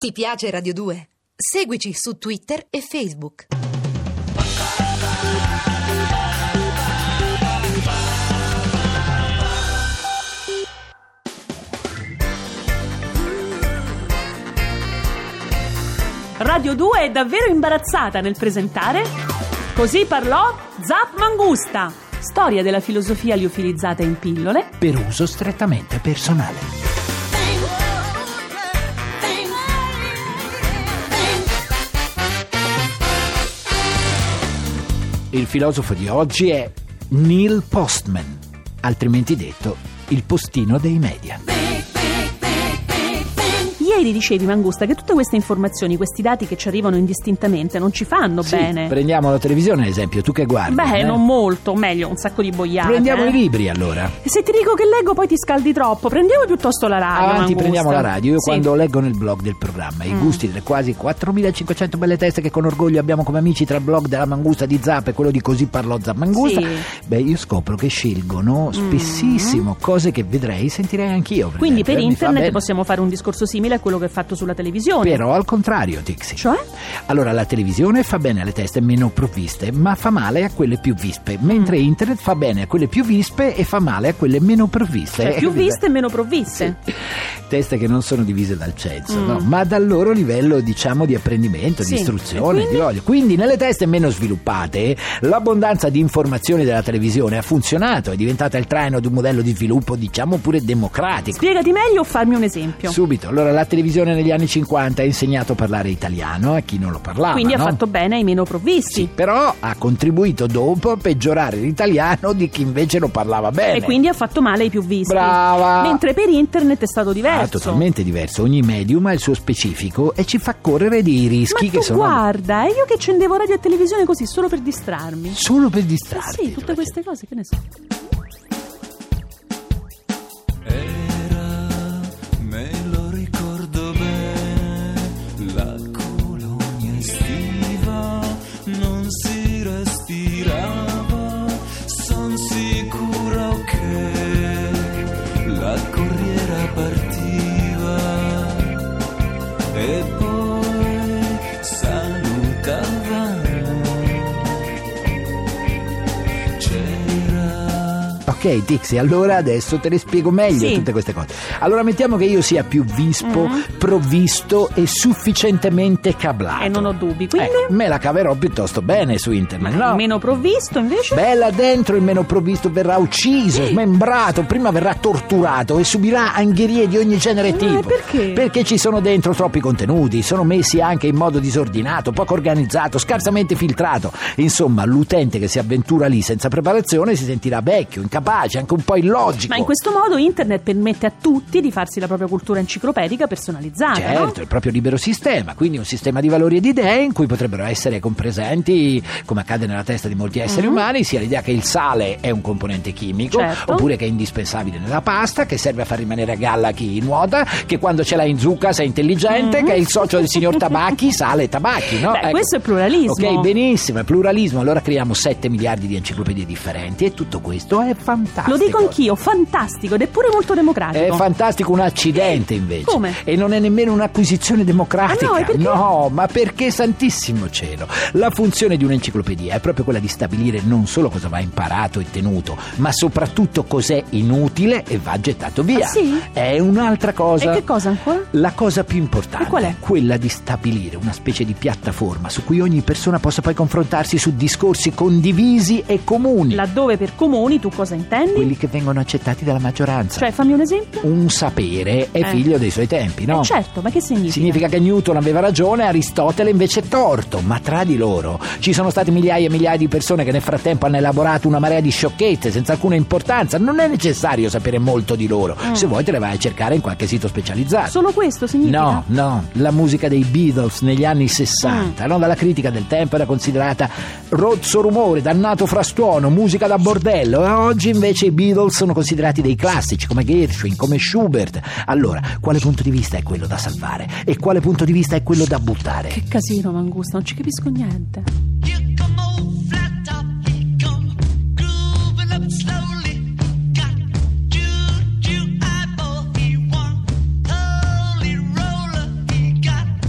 Ti piace Radio 2? Seguici su Twitter e Facebook. Radio 2 è davvero imbarazzata nel presentare Così parlò Zap Mangusta, storia della filosofia liofilizzata in pillole per uso strettamente personale. Il filosofo di oggi è Neil Postman, altrimenti detto il postino dei media. Ieri dicevi, Mangusta, che tutte queste informazioni, questi dati che ci arrivano indistintamente non ci fanno bene. Prendiamo la televisione ad esempio, tu che guardi? Non molto, meglio, un sacco di boiate. Prendiamo i libri allora. E se ti dico che leggo poi ti scaldi troppo, prendiamo piuttosto la radio. Avanti, Mangusta. prendiamo la radio. Io quando leggo nel blog del programma i gusti delle quasi 4.500 belle teste che con orgoglio abbiamo come amici tra il blog della Mangusta di Zap e quello di Così parlò Zap Mangusta, io scopro che scelgono spessissimo cose che vedrei, sentirei anch'io. Quindi per internet possiamo fare un discorso simile a quello che è fatto sulla televisione. Però al contrario, Tixi. Cioè? Allora la televisione fa bene alle teste meno provviste, ma fa male a quelle più vispe, mentre internet fa bene a quelle più vispe e fa male a quelle meno provviste. Cioè più viste e meno provviste. Sì. Teste che non sono divise dal censo, no? Ma dal loro livello, diciamo, di apprendimento, di istruzione, di voglio. Quindi nelle teste meno sviluppate l'abbondanza di informazioni della televisione ha funzionato, è diventata il traino di un modello di sviluppo, diciamo, pure democratico. Spiegati meglio o farmi un esempio. Subito. Allora la televisione negli anni 50 ha insegnato a parlare italiano a chi non lo parlava. Quindi ha fatto bene ai meno provvisti. Sì, però ha contribuito dopo a peggiorare l'italiano di chi invece lo parlava bene. E quindi ha fatto male ai più visti. Brava! Mentre per internet è stato diverso. Totalmente diverso. Ogni medium ha il suo specifico e ci fa correre dei rischi che sono. Guarda, io che accendevo radio e televisione così solo per distrarmi. Solo per distrarti? Sì, tutte queste cose, che ne so. E poi salutava, c'era. Ok, Tixi, allora adesso te le spiego meglio tutte queste cose. Allora mettiamo che io sia più vispo, provvisto e sufficientemente cablato. E non ho dubbi, quindi me la caverò piuttosto bene su internet, no? Il meno provvisto invece? Beh, là dentro il meno provvisto verrà ucciso, smembrato, prima verrà torturato e subirà angherie di ogni genere e tipo. Perché? Perché ci sono dentro troppi contenuti, sono messi anche in modo disordinato, poco organizzato, scarsamente filtrato. Insomma, l'utente che si avventura lì senza preparazione si sentirà vecchio, incapace, anche un po' illogico. Ma in questo modo internet permette a tutti di farsi la propria cultura enciclopedica personalizzata, certo, no? il proprio libero sistema, quindi un sistema di valori e di idee in cui potrebbero essere compresenti, come accade nella testa di molti esseri umani, sia l'idea che il sale è un componente chimico, oppure che è indispensabile nella pasta, che serve a far rimanere a galla chi nuota, che quando ce l'hai in zucca sei intelligente, che è il socio del signor Tabacchi, sale e tabacchi, no? Beh, questo è pluralismo. Ok, benissimo, è pluralismo, allora creiamo 7 miliardi di enciclopedie differenti e tutto questo è fantastico. Lo dico anch'io, fantastico, ed è pure molto democratico. È fantastico un accidente invece. Come? E non è nemmeno un'acquisizione democratica. Ah, no, e perché? No, ma perché santissimo cielo. La funzione di un'enciclopedia è proprio quella di stabilire non solo cosa va imparato e tenuto, ma soprattutto cos'è inutile e va gettato via. Ah, sì? È un'altra cosa. E che cosa ancora? La cosa più importante E qual è? Quella di stabilire una specie di piattaforma su cui ogni persona possa poi confrontarsi su discorsi condivisi e comuni. Laddove per comuni tu cosa intendi? Quelli che vengono accettati dalla maggioranza. Cioè, fammi un esempio? Un sapere è figlio dei suoi tempi, no? Certo, ma che significa? Significa che Newton aveva ragione, Aristotele invece torto, ma tra di loro ci sono state migliaia e migliaia di persone che nel frattempo hanno elaborato una marea di sciocchezze senza alcuna importanza. Non è necessario sapere molto di loro, se vuoi te le vai a cercare in qualche sito specializzato. Solo questo significa? No, la musica dei Beatles negli anni 60, no? Dalla critica del tempo era considerata rozzo rumore, dannato frastuono, musica da bordello, e oggi invece i Beatles sono considerati dei classici come Gershwin, come Schubert. Allora, quale punto di vista è quello da salvare e quale punto di vista è quello da buttare? Che casino, Mangusta, non ci capisco niente. Got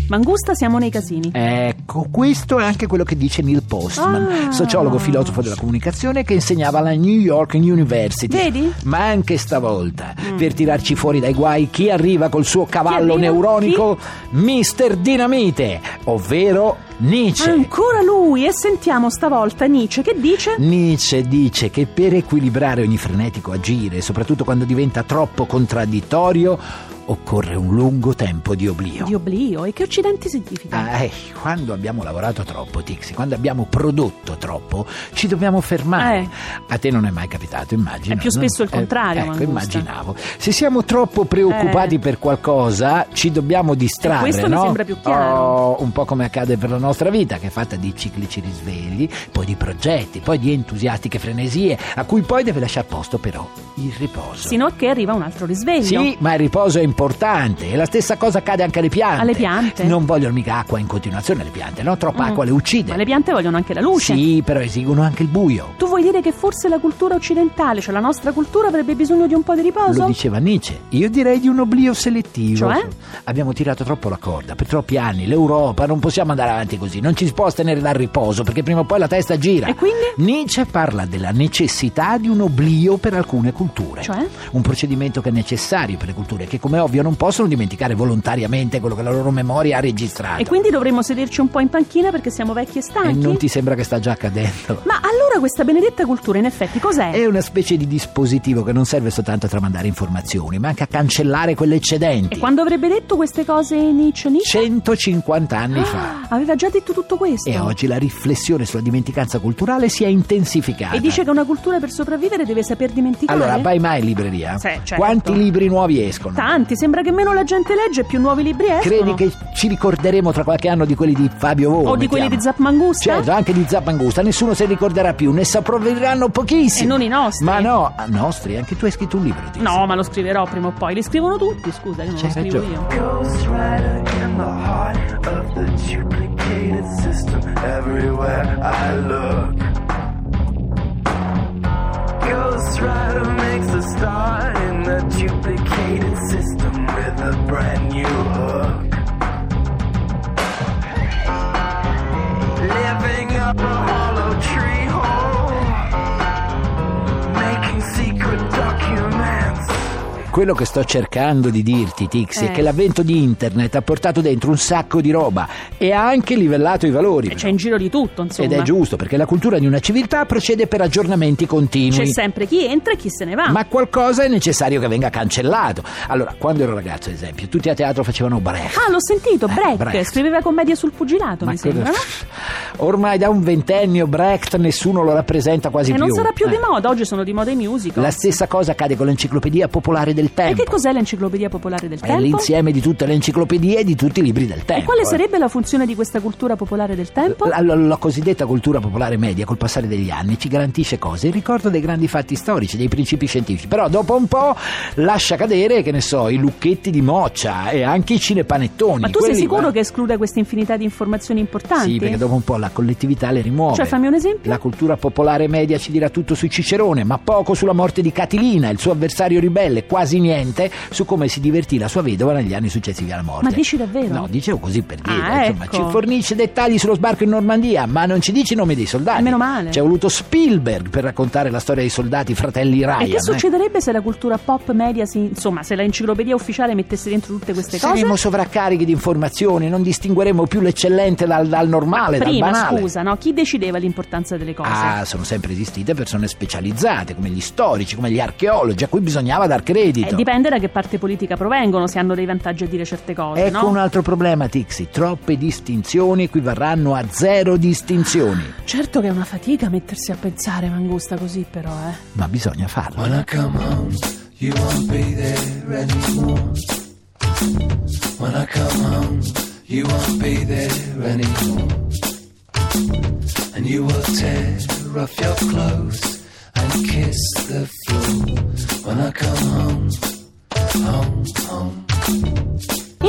Mangusta, siamo nei casini. Ecco, questo è anche quello che dice Neil Postman, sociologo filosofo della comunicazione che insegnava alla New York University. Vedi? Ma anche stavolta, per tirarci fuori dai guai, chi arriva col suo cavallo neuronico? Mr. Dinamite, ovvero Nietzsche. Ancora lui, e sentiamo stavolta Nietzsche che dice? Nietzsche dice che per equilibrare ogni frenetico agire, soprattutto quando diventa troppo contraddittorio, occorre un lungo tempo di oblio. Di oblio? E che accidenti significa? Quando abbiamo lavorato troppo, Tixi, quando abbiamo prodotto troppo, ci dobbiamo fermare. A te non è mai capitato, immagino. È più spesso il contrario, ecco, Mangusta. Immaginavo. Se siamo troppo preoccupati per qualcosa, ci dobbiamo distrarre, questo no? mi sembra più chiaro. Un po' come accade per la nostra vita, che è fatta di ciclici risvegli, poi di progetti, poi di entusiastiche frenesie, a cui poi deve lasciar posto però il riposo. Sino a che arriva un altro risveglio. Sì, ma il riposo è importante, e la stessa cosa accade anche alle piante. Alle piante? Non vogliono mica acqua in continuazione le piante, no? Troppa acqua le uccide. Ma le piante vogliono anche la luce. Sì, però esigono anche il buio. Tu vuoi dire che forse la cultura occidentale, cioè la nostra cultura, avrebbe bisogno di un po' di riposo? Lo diceva Nietzsche. Io direi di un oblio selettivo. Cioè? Abbiamo tirato troppo la corda per troppi anni. L'Europa, non possiamo andare avanti così. Non ci si può tenere dal riposo, perché prima o poi la testa gira. E quindi? Nietzsche parla della necessità di un oblio per alcune culture. Cioè? Un procedimento che è necessario per le culture, che come ovvio non possono dimenticare volontariamente quello che la loro memoria ha registrato. E quindi dovremmo sederci un po' in panchina perché siamo vecchi e stanchi? E non ti sembra che sta già accadendo? Ma allora questa benedetta cultura in effetti cos'è? È una specie di dispositivo che non serve soltanto a tramandare informazioni, ma anche a cancellare quelle eccedenti. E quando avrebbe detto queste cose Nietzsche? 150 anni fa. Aveva già detto tutto questo? E oggi la riflessione sulla dimenticanza culturale si è intensificata. E dice che una cultura per sopravvivere deve saper dimenticare? Allora, vai mai in libreria? Sì, certo. Quanti libri nuovi escono? Tanti, sembra che meno la gente legge più nuovi libri escono. Credi che ci ricorderemo tra qualche anno di quelli di Fabio Volo? O di quelli di Zap Mangusta? Certo, anche di Zap Mangusta, nessuno se ne ricorderà più, ne sapproveranno pochissimi. E non i nostri. Ma no, nostri, anche tu hai scritto un libro. No, ma lo scriverò prima o poi. Li scrivono tutti, scusa, io non lo scrivo io. Ghost rider in the heart of the duplicated system. Everywhere I look, Ghost rider makes a start in the duplicated system with a brand new hook. Living up a hollow tree hole, making secret documents. Quello che sto cercando di dirti, Tixi, è che l'avvento di internet ha portato dentro un sacco di roba e ha anche livellato i valori. C'è in giro di tutto, insomma. Ed è giusto, perché la cultura di una civiltà procede per aggiornamenti continui. C'è sempre chi entra e chi se ne va. Ma qualcosa è necessario che venga cancellato. Allora, quando ero ragazzo, ad esempio, tutti a teatro facevano Brecht. Ah, l'ho sentito, Brecht. Brecht. Scriveva commedie sul pugilato, mi sembra, no? Ormai da un ventennio Brecht nessuno lo rappresenta quasi più. E non sarà più di moda, oggi sono di moda i musical. La stessa cosa accade con l'enciclopedia popolare del tempo. E che cos'è l'enciclopedia popolare del tempo? È l'insieme di tutte le enciclopedie e di tutti i libri del tempo. E quale sarebbe la funzione di questa cultura popolare del tempo? La cosiddetta cultura popolare media, col passare degli anni, ci garantisce cose, il ricordo dei grandi fatti storici, dei principi scientifici, però dopo un po' lascia cadere, che ne so, i lucchetti di Moccia e anche i cinepanettoni. Ma tu sei sicuro che escluda questa infinità di informazioni importanti? Sì, perché dopo un po' la collettività le rimuove. Cioè, fammi un esempio? La cultura popolare media ci dirà tutto su Cicerone, ma poco sulla morte di Catilina, il suo avversario ribelle, quasi niente su come si divertì la sua vedova negli anni successivi alla morte. Ma dici davvero? No, dicevo così per dire. Insomma, ecco. ci fornisce dettagli sullo sbarco in Normandia, ma non ci dice i nomi dei soldati. Meno male. Ci è voluto Spielberg per raccontare la storia dei soldati fratelli Ryan. E che succederebbe se la cultura pop media insomma, se la enciclopedia ufficiale mettesse dentro tutte queste cose? Saremo sovraccarichi di informazioni, non distingueremo più l'eccellente dal normale, dal banale. Prima, scusa, no? Chi decideva l'importanza delle cose? Sono sempre esistite persone specializzate, come gli storici, come gli archeologi, a cui bisognava dar credito. Dipende da che parte politica provengono, se hanno dei vantaggi a dire certe cose, ecco, no? un altro problema, Tixi. Troppe distinzioni equivarranno a zero distinzioni. Certo che è una fatica mettersi a pensare, Mangusta, così però, Ma bisogna farlo. When I come home, you won't be there anymore. When I come home, you won't be there anymore. And you will tear off your clothes and kiss the floor. When I come home, home, home. In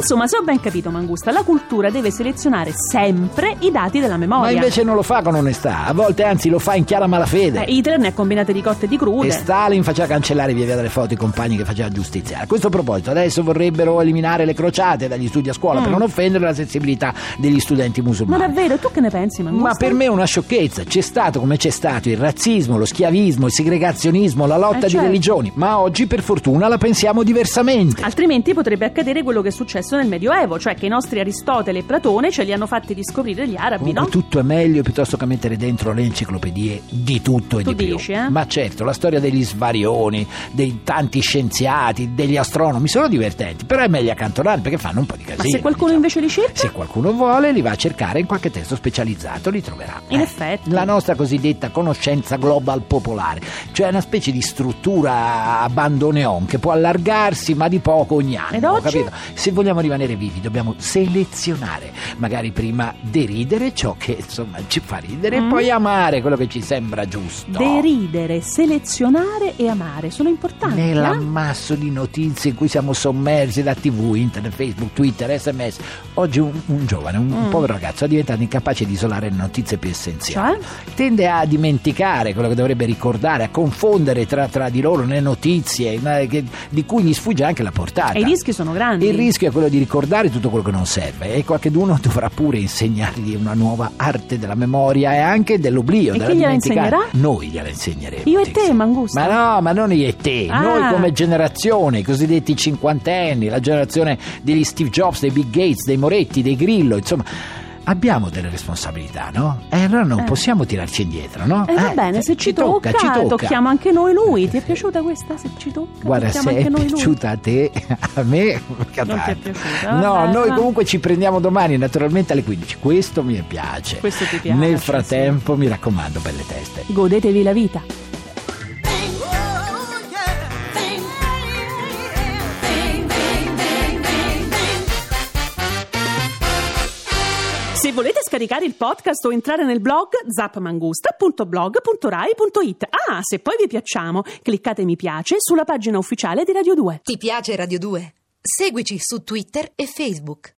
Insomma, se ho ben capito, Mangusta, la cultura deve selezionare sempre i dati della memoria. Ma invece non lo fa con onestà, a volte anzi lo fa in chiara malafede. Hitler ne ha combinate di cotte e di crude. E Stalin faceva cancellare via dalle foto i compagni che faceva giustizia. A questo proposito, adesso vorrebbero eliminare le crociate dagli studi a scuola per non offendere la sensibilità degli studenti musulmani. Ma davvero? Tu che ne pensi, Mangusta? Ma per me è una sciocchezza. C'è stato come c'è stato il razzismo, lo schiavismo, il segregazionismo, la lotta di religioni. Ma oggi per fortuna la pensiamo diversamente. Altrimenti potrebbe accadere quello che è successo nel Medioevo, cioè che i nostri Aristotele e Platone ce li hanno fatti riscoprire gli arabi, no? Tutto è meglio piuttosto che mettere dentro le enciclopedie di tutto e tu di dici, più. Ma certo, la storia degli svarioni, dei tanti scienziati, degli astronomi sono divertenti, però è meglio accantonare perché fanno un po' di casino. Ma se qualcuno invece li cerca? Se qualcuno vuole, li va a cercare in qualche testo specializzato, li troverà. In effetti. La nostra cosiddetta conoscenza global popolare, cioè una specie di struttura a bandoneon che può allargarsi ma di poco ogni anno. Ed oggi? Capito? Se vogliamo rimanere vivi dobbiamo selezionare, magari prima deridere ciò che insomma ci fa ridere e poi amare quello che ci sembra giusto. Deridere, selezionare e amare sono importanti. Nell'ammasso di notizie in cui siamo sommersi da TV, internet, Facebook, Twitter, SMS, oggi un giovane, un povero ragazzo è diventato incapace di isolare le notizie più essenziali. Cioè? Tende a dimenticare quello che dovrebbe ricordare, a confondere tra di loro le notizie di cui gli sfugge anche la portata. E i rischi sono grandi. Il rischio è quello di ricordare tutto quello che non serve e qualcheduno dovrà pure insegnargli una nuova arte della memoria e anche dell'oblio. E chi gliela insegnerà? Noi gliela insegneremo. Io e te, Mangusta? Ma no, ma non io e te. Noi come generazione, i cosiddetti cinquantenni, la generazione degli Steve Jobs, dei Bill Gates, dei Moretti, dei Grillo, insomma. Abbiamo delle responsabilità, no? E allora non possiamo tirarci indietro, no? Va bene, se ci tocca, tocchiamo anche noi lui. Ti è piaciuta questa? Se ci tocca, guarda, se è piaciuta a te, a me non ti è piaciuta? No, vabbè, noi comunque ci prendiamo domani, naturalmente alle 15. Questo mi piace. Questo ti piace. Nel frattempo, mi raccomando, belle teste. Godetevi la vita. Se volete scaricare il podcast o entrare nel blog zapmangusta.blog.rai.it. Se poi vi piacciamo, cliccate mi piace sulla pagina ufficiale di Radio 2. Ti piace Radio 2? Seguici su Twitter e Facebook.